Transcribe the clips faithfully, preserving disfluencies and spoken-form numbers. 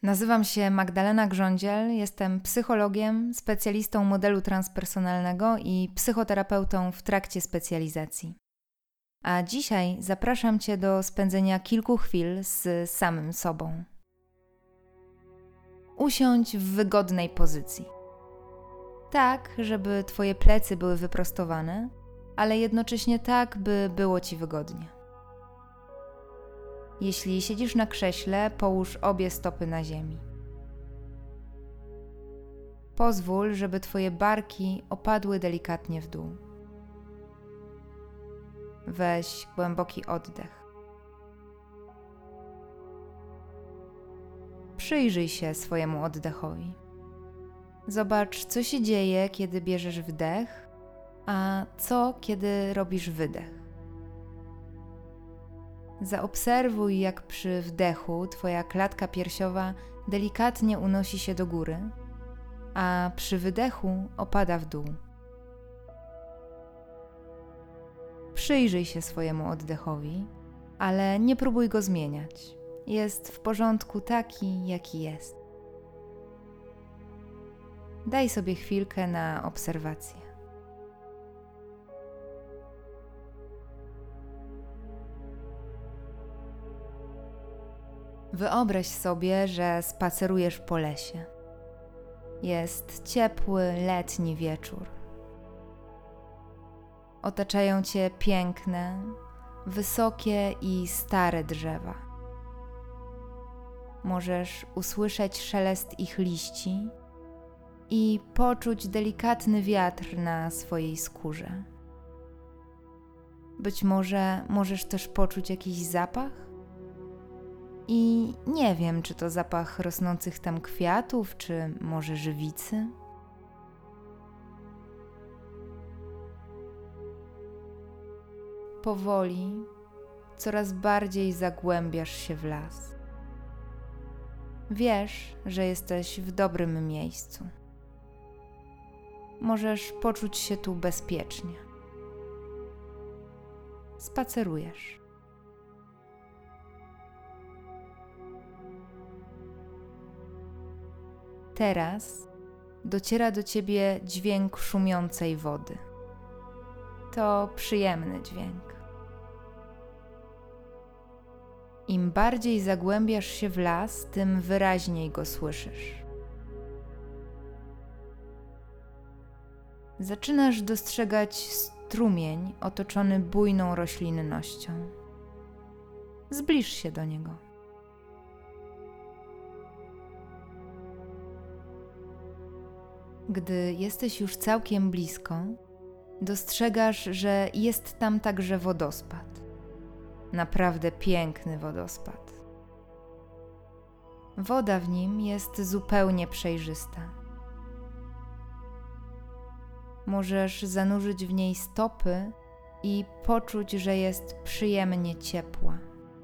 Nazywam się Magdalena Grządziel, jestem psychologiem, specjalistą modelu transpersonalnego i psychoterapeutą w trakcie specjalizacji. A dzisiaj zapraszam Cię do spędzenia kilku chwil z samym sobą. Usiądź w wygodnej pozycji. Tak, żeby Twoje plecy były wyprostowane, ale jednocześnie tak, by było Ci wygodnie. Jeśli siedzisz na krześle, połóż obie stopy na ziemi. Pozwól, żeby Twoje barki opadły delikatnie w dół. Weź głęboki oddech. Przyjrzyj się swojemu oddechowi. Zobacz, co się dzieje, kiedy bierzesz wdech, a co, kiedy robisz wydech. Zaobserwuj, jak przy wdechu Twoja klatka piersiowa delikatnie unosi się do góry, a przy wydechu opada w dół. Przyjrzyj się swojemu oddechowi, ale nie próbuj go zmieniać. Jest w porządku taki, jaki jest. Daj sobie chwilkę na obserwację. Wyobraź sobie, że spacerujesz po lesie. Jest ciepły, letni wieczór. Otaczają Cię piękne, wysokie i stare drzewa. Możesz usłyszeć szelest ich liści i poczuć delikatny wiatr na swojej skórze. Być może możesz też poczuć jakiś zapach? I nie wiem, czy to zapach rosnących tam kwiatów, czy może żywicy. Powoli, coraz bardziej zagłębiasz się w las. Wiesz, że jesteś w dobrym miejscu. Możesz poczuć się tu bezpiecznie. Spacerujesz. Teraz dociera do Ciebie dźwięk szumiącej wody. To przyjemny dźwięk. Im bardziej zagłębiasz się w las, tym wyraźniej go słyszysz. Zaczynasz dostrzegać strumień otoczony bujną roślinnością. Zbliż się do niego. Gdy jesteś już całkiem blisko, dostrzegasz, że jest tam także wodospad. Naprawdę piękny wodospad. Woda w nim jest zupełnie przejrzysta. Możesz zanurzyć w niej stopy i poczuć, że jest przyjemnie ciepła.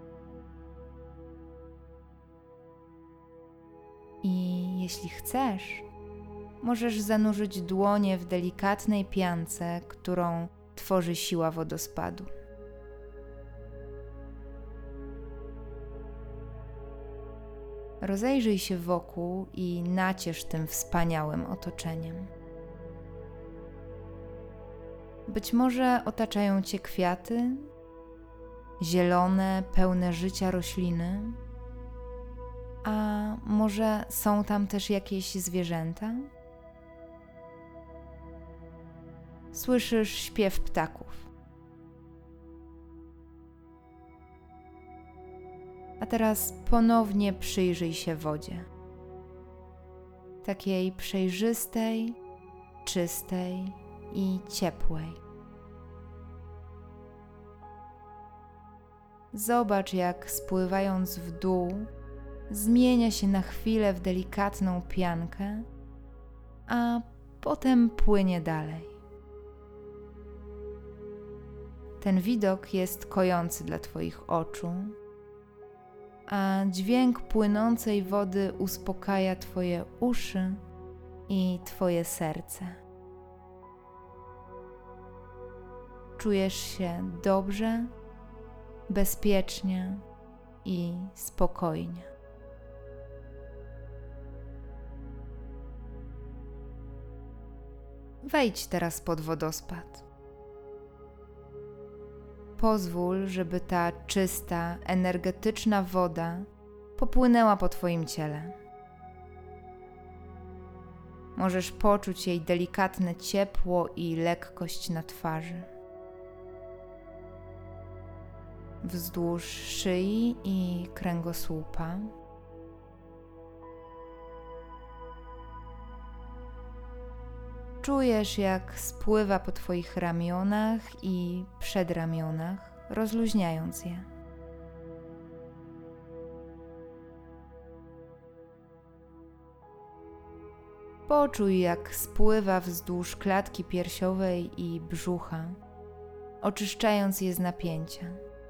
I jeśli chcesz, możesz zanurzyć dłonie w delikatnej piance, którą tworzy siła wodospadu. Rozejrzyj się wokół i naciesz tym wspaniałym otoczeniem. Być może otaczają Cię kwiaty, zielone, pełne życia rośliny, a może są tam też jakieś zwierzęta? Słyszysz śpiew ptaków. A teraz ponownie przyjrzyj się wodzie. Takiej przejrzystej, czystej i ciepłej. Zobacz, jak spływając w dół, zmienia się na chwilę w delikatną piankę, a potem płynie dalej. Ten widok jest kojący dla Twoich oczu, a dźwięk płynącej wody uspokaja Twoje uszy i Twoje serce. Czujesz się dobrze, bezpiecznie i spokojnie. Wejdź teraz pod wodospad. Pozwól, żeby ta czysta, energetyczna woda popłynęła po Twoim ciele. Możesz poczuć jej delikatne ciepło i lekkość na twarzy. Wzdłuż szyi i kręgosłupa. Czujesz, jak spływa po Twoich ramionach i przedramionach, rozluźniając je. Poczuj, jak spływa wzdłuż klatki piersiowej i brzucha, oczyszczając je z napięcia.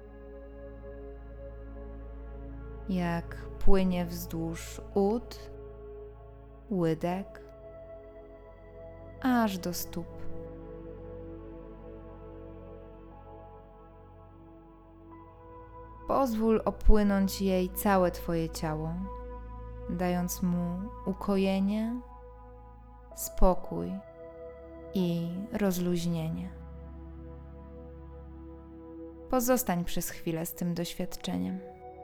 Jak płynie wzdłuż ud, łydek, aż do stóp. Pozwól opłynąć jej całe Twoje ciało, dając mu ukojenie, spokój i rozluźnienie. Pozostań przez chwilę z tym doświadczeniem.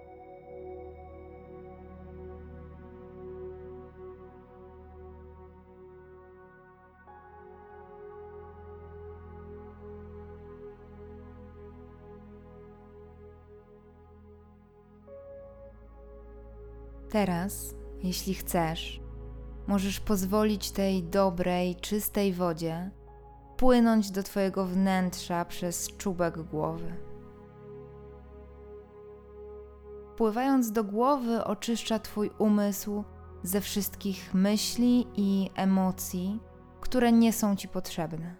Teraz, jeśli chcesz, możesz pozwolić tej dobrej, czystej wodzie płynąć do Twojego wnętrza przez czubek głowy. Pływając do głowy, oczyszcza Twój umysł ze wszystkich myśli i emocji, które nie są Ci potrzebne.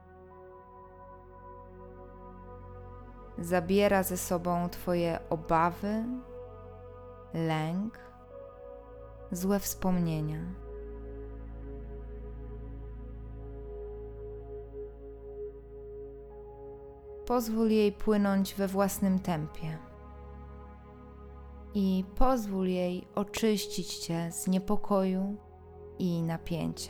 Zabiera ze sobą Twoje obawy, lęk, złe wspomnienia. Pozwól jej płynąć we własnym tempie i pozwól jej oczyścić Cię z niepokoju i napięcia.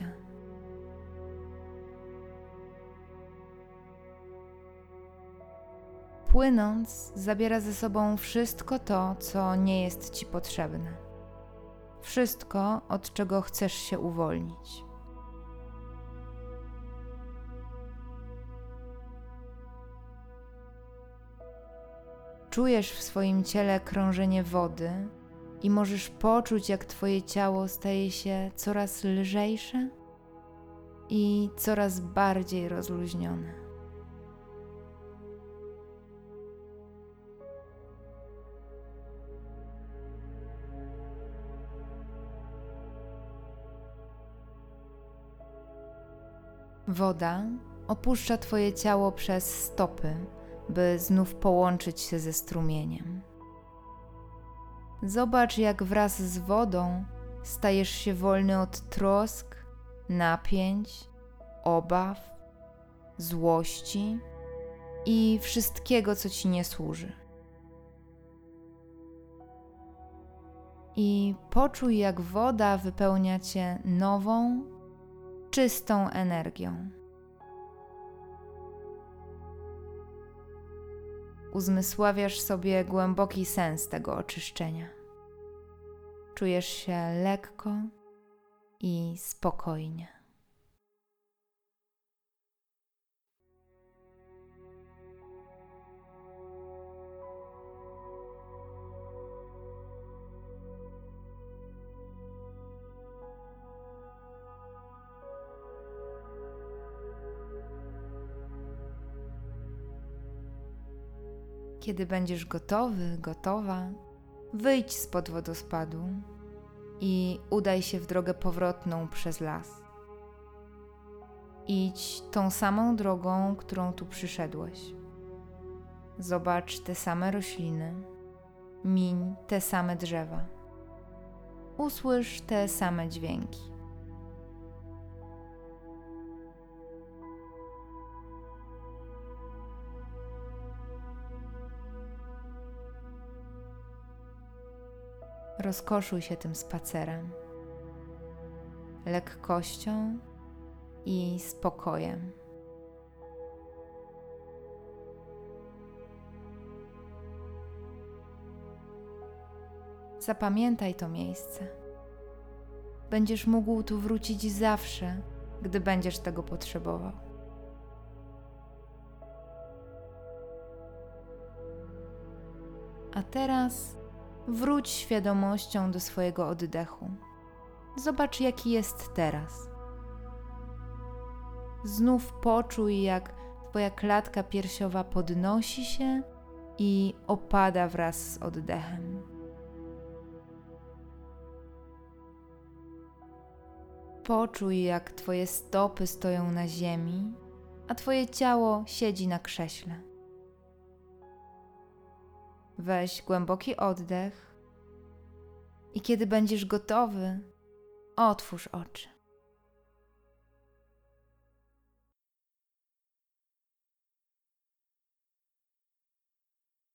Płynąc, zabiera ze sobą wszystko to, co nie jest Ci potrzebne. Wszystko, od czego chcesz się uwolnić. Czujesz w swoim ciele krążenie wody i możesz poczuć, jak Twoje ciało staje się coraz lżejsze i coraz bardziej rozluźnione. Woda opuszcza Twoje ciało przez stopy, by znów połączyć się ze strumieniem. Zobacz, jak wraz z wodą stajesz się wolny od trosk, napięć, obaw, złości i wszystkiego, co Ci nie służy. I poczuj, jak woda wypełnia Cię nową, czystą energią. Uzmysławiasz sobie głęboki sens tego oczyszczenia. Czujesz się lekko i spokojnie. Kiedy będziesz gotowy, gotowa, wyjdź spod wodospadu i udaj się w drogę powrotną przez las. Idź tą samą drogą, którą tu przyszedłeś. Zobacz te same rośliny, miń te same drzewa. Usłysz te same dźwięki. Rozkoszuj się tym spacerem, lekkością i spokojem. Zapamiętaj to miejsce. Będziesz mógł tu wrócić zawsze, gdy będziesz tego potrzebował. A teraz wróć świadomością do swojego oddechu. Zobacz, jaki jest teraz. Znów poczuj, jak twoja klatka piersiowa podnosi się i opada wraz z oddechem. Poczuj, jak twoje stopy stoją na ziemi, a twoje ciało siedzi na krześle. Weź głęboki oddech i kiedy będziesz gotowy, otwórz oczy.